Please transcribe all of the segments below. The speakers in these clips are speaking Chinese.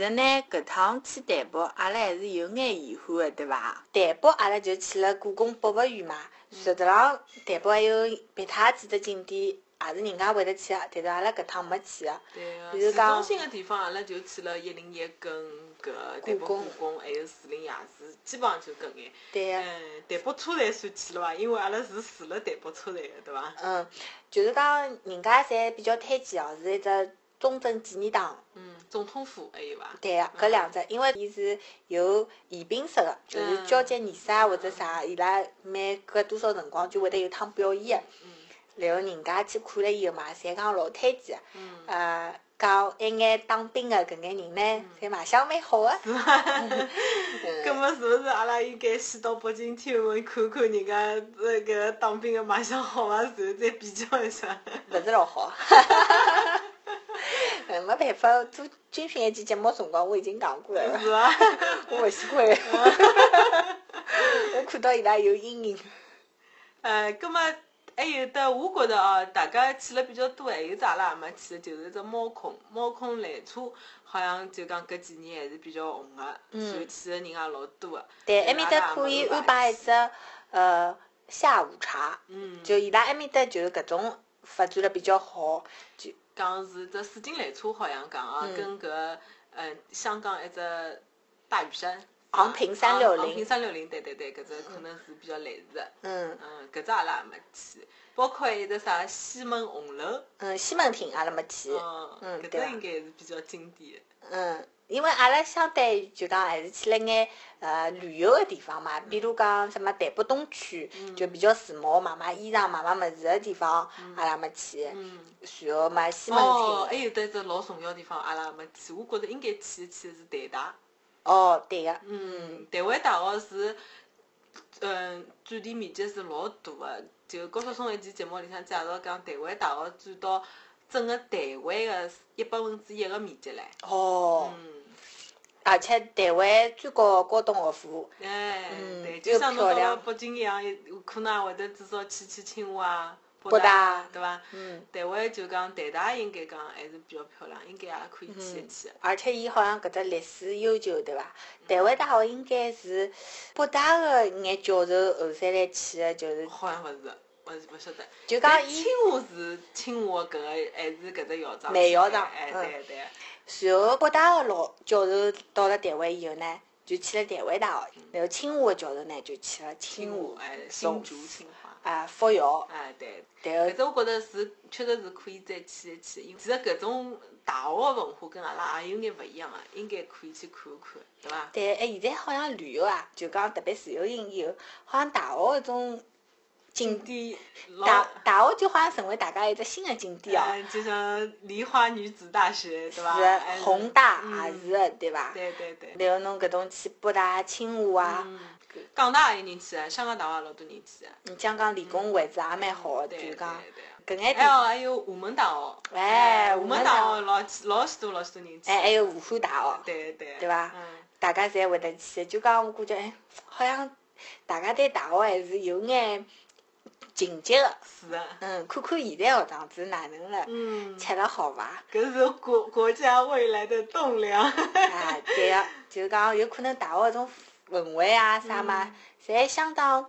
实呢，搿趟去台北，阿拉还是有眼遗憾的，对伐？ 台北阿拉就去了故宫博物院嘛，实质上台北还有别他几个景点，也是人家会得去啊，但是阿拉搿趟没去个。 对个， 比如讲市中心个地方，阿拉就去了101跟搿台北故宫，还有士林夜市，基本上就搿眼。 对个。 台北车站算去了伐？因为阿拉是住了台北车站个，对伐？ 就是讲人家侪比较推荐哦，是一只中正纪念堂。 总统府还有伐？ 对个，搿两只，因为伊是有宜宾式个，就是交接仪式啊或者啥，伊拉每隔多少辰光就会得有趟表演个。然后人家去看了以后嘛，侪讲老推荐个。讲一眼当兵个搿眼人呢，侪卖相蛮好个。 是伐？葛末是勿是阿拉应该先到北京天安门看看人家搿当兵个卖相好伐？然后再比较一下。 勿是老好。没办法，做军训一期节目辰光我已经讲过了。 是伐？ 我勿喜欢。我看到伊拉有阴影。 葛末还有的，我觉着哦，大家去了比较多，还有只阿拉也没去的，就是只猫空缆车，好像就讲搿几年还是比较红个，然后去的人也老多个。 对，埃面搭可以安排一只下午茶。就伊拉埃面搭就是搿种发展了比较好，就讲是只水晶缆车，好像讲啊，跟搿香港一只大屿山。 昂坪360。 昂坪360，对，搿只可能是比较类似的。搿只阿拉也没去，包括还有只啥西门红楼。 西门町阿拉没去。 搿只应该是比较经典的。因为阿拉相对就讲还是去了眼旅游个地方嘛，比如讲什么台北东区，就比较时髦，买衣裳、买物事个地方，阿拉没去。然后嘛，西门町。 还有得一只老重要地方，阿拉也没去。我觉着应该去的是台大。 对个。 台湾大学是，占地面积是老大个。就高晓松一期节目里向介绍讲，台湾大学占到整个台湾个1/1个面积唻。 而且台湾最高高等学府。 对，就像侬到了北京一样，可能也会得至少去清华啊。 北大， 对伐？台湾就讲台大应该讲还是比较漂亮，应该也可以去一去。 而且伊好像搿只历史悠久，对伐？台湾大学应该是北大个眼教授后三来去个，就是。 好像勿是，勿晓得。 就讲伊。清华是清华搿个还是搿只校长？ 男校长。 对。 然后北大个老教授到了台湾以后呢，就去了台湾大学，然后清华个教授呢就去了清华。 新竹清华。 复校。 对。 搿只我觉着是，确实是可以再去一去。其实搿种大学个文化跟阿拉也有眼勿一样个，应该可以去看看，对伐？ 对，现在好像旅游啊，就讲特别自由行以后，好像大学搿种景点，大学就好像成为大家一只新的景点哦。 就像梨花女子大学，对伐？ 是，弘大也是的，对伐？ 对。 然后侬搿种去北大、清华啊。 港大也有人去啊，香港大学也老多人去啊。 香港理工位置也蛮好的，就讲搿眼地方。还有厦门大学。厦门大学老许多人去。 还有武汉大学。 对。 对伐？大家侪会得去，就讲我感觉，好像大家对大学还是有眼情结的。 是的。 看看现在学堂子哪能了？吃了好伐？ 搿是国家未来的栋梁。 对个，就讲有可能大学搿种氛围啊啥嘛，侪相当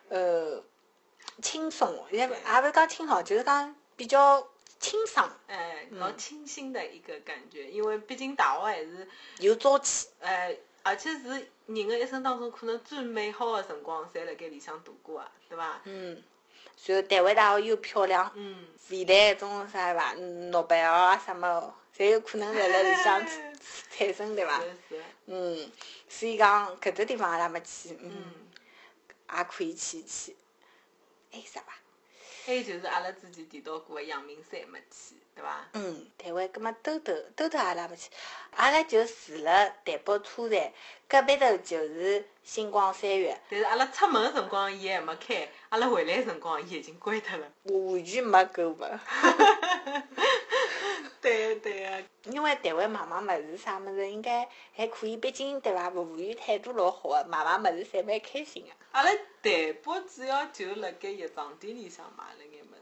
轻松，也勿是讲轻松，就是讲比较清爽。 老清新的一个感觉，因为毕竟大学还是有朝气。 而且是人的一生当中可能最美好的辰光，侪辣盖里向度过啊，对伐？ 然后台湾大学又漂亮。未来搿种啥伐，诺贝尔啊什么，侪有可能辣里向产生，对伐？ 是。 所以讲搿只地方阿拉没去，也可以去。还有啥伐？ 还有就是阿拉之前提到过的阳明山没去，对伐？ 台湾葛末兜阿拉没去，阿拉就住了台北车站，隔壁头就是星光三月。 但是阿拉出门的辰光伊还没开，阿拉回来的辰光伊已经关脱了。 我完全没购物。 对啊。 因为台湾买物事啥物事应该还可以，毕竟对伐？服务员态度老好个，买物事侪蛮开心个。 阿拉台北主要就辣盖药妆店里向买了眼物事咯。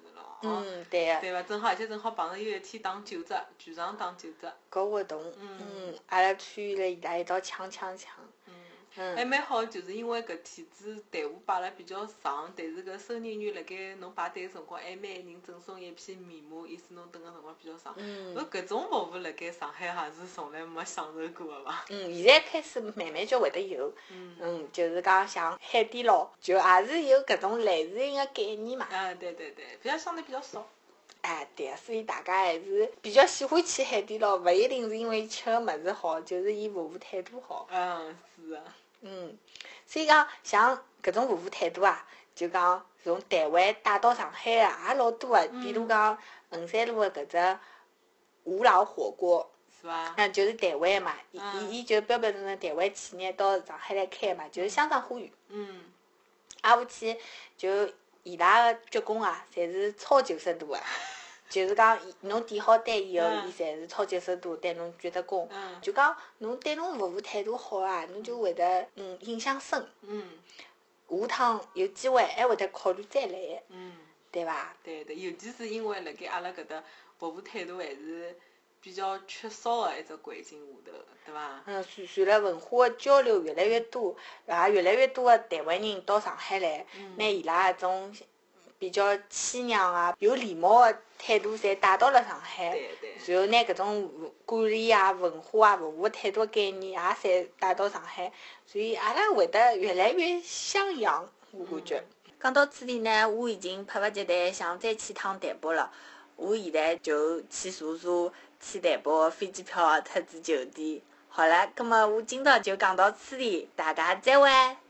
对个。 对伐？正好，而且正好碰着有一天打9折，全场打9折。 搿活动，阿拉参与了伊拉一道抢。 还蛮好，就是因为搿天子队伍摆了比较长，但是搿收银员辣盖侬排队个辰光，还每人赠送一片面膜，意思侬等个辰光比较长。搿种服务辣盖上海还是从来没享受过个伐？ 现在开始慢慢就会得有，就是讲像海底捞，就也是有搿种类似性个概念嘛。 对，比较相对比较少。 对个，所以大家还是比较喜欢去海底捞，勿一定是因为吃个物事好，就是伊服务态度好。 是个。 所以讲像搿种服务态度啊，就讲从台湾带到上海个也老多个，比如讲衡山路个搿只吴老火锅， 是伐？ 就是台湾个嘛，伊就标成台湾企业到上海来开个嘛，就是香港花园。挨下去就伊拉个鞠躬啊，侪是超90度个。就是讲，侬点好单以后，伊侪是超90度对侬鞠得躬。就讲，侬对侬服务态度好啊，侬就会得印象深。下趟有机会还会得考虑再来。对伐？ 对，尤其是因为辣盖阿拉搿搭服务态度还是比较缺少个一只环境下头，对伐？ 随着文化个交流越来越多，越来越多个台湾人到上海来，拿伊拉搿种比较谦让啊、有礼貌个态度，侪带到了上海。然后拿搿种管理啊、文化啊、服务态度概念也侪带到上海，所以阿拉会得越来越相像，我感觉。 讲到此地呢，我已经迫不及待想再去趟台北了。我现在就去查去台北个飞机票特子酒店。好了，葛末我今朝就讲到此地，大家再会。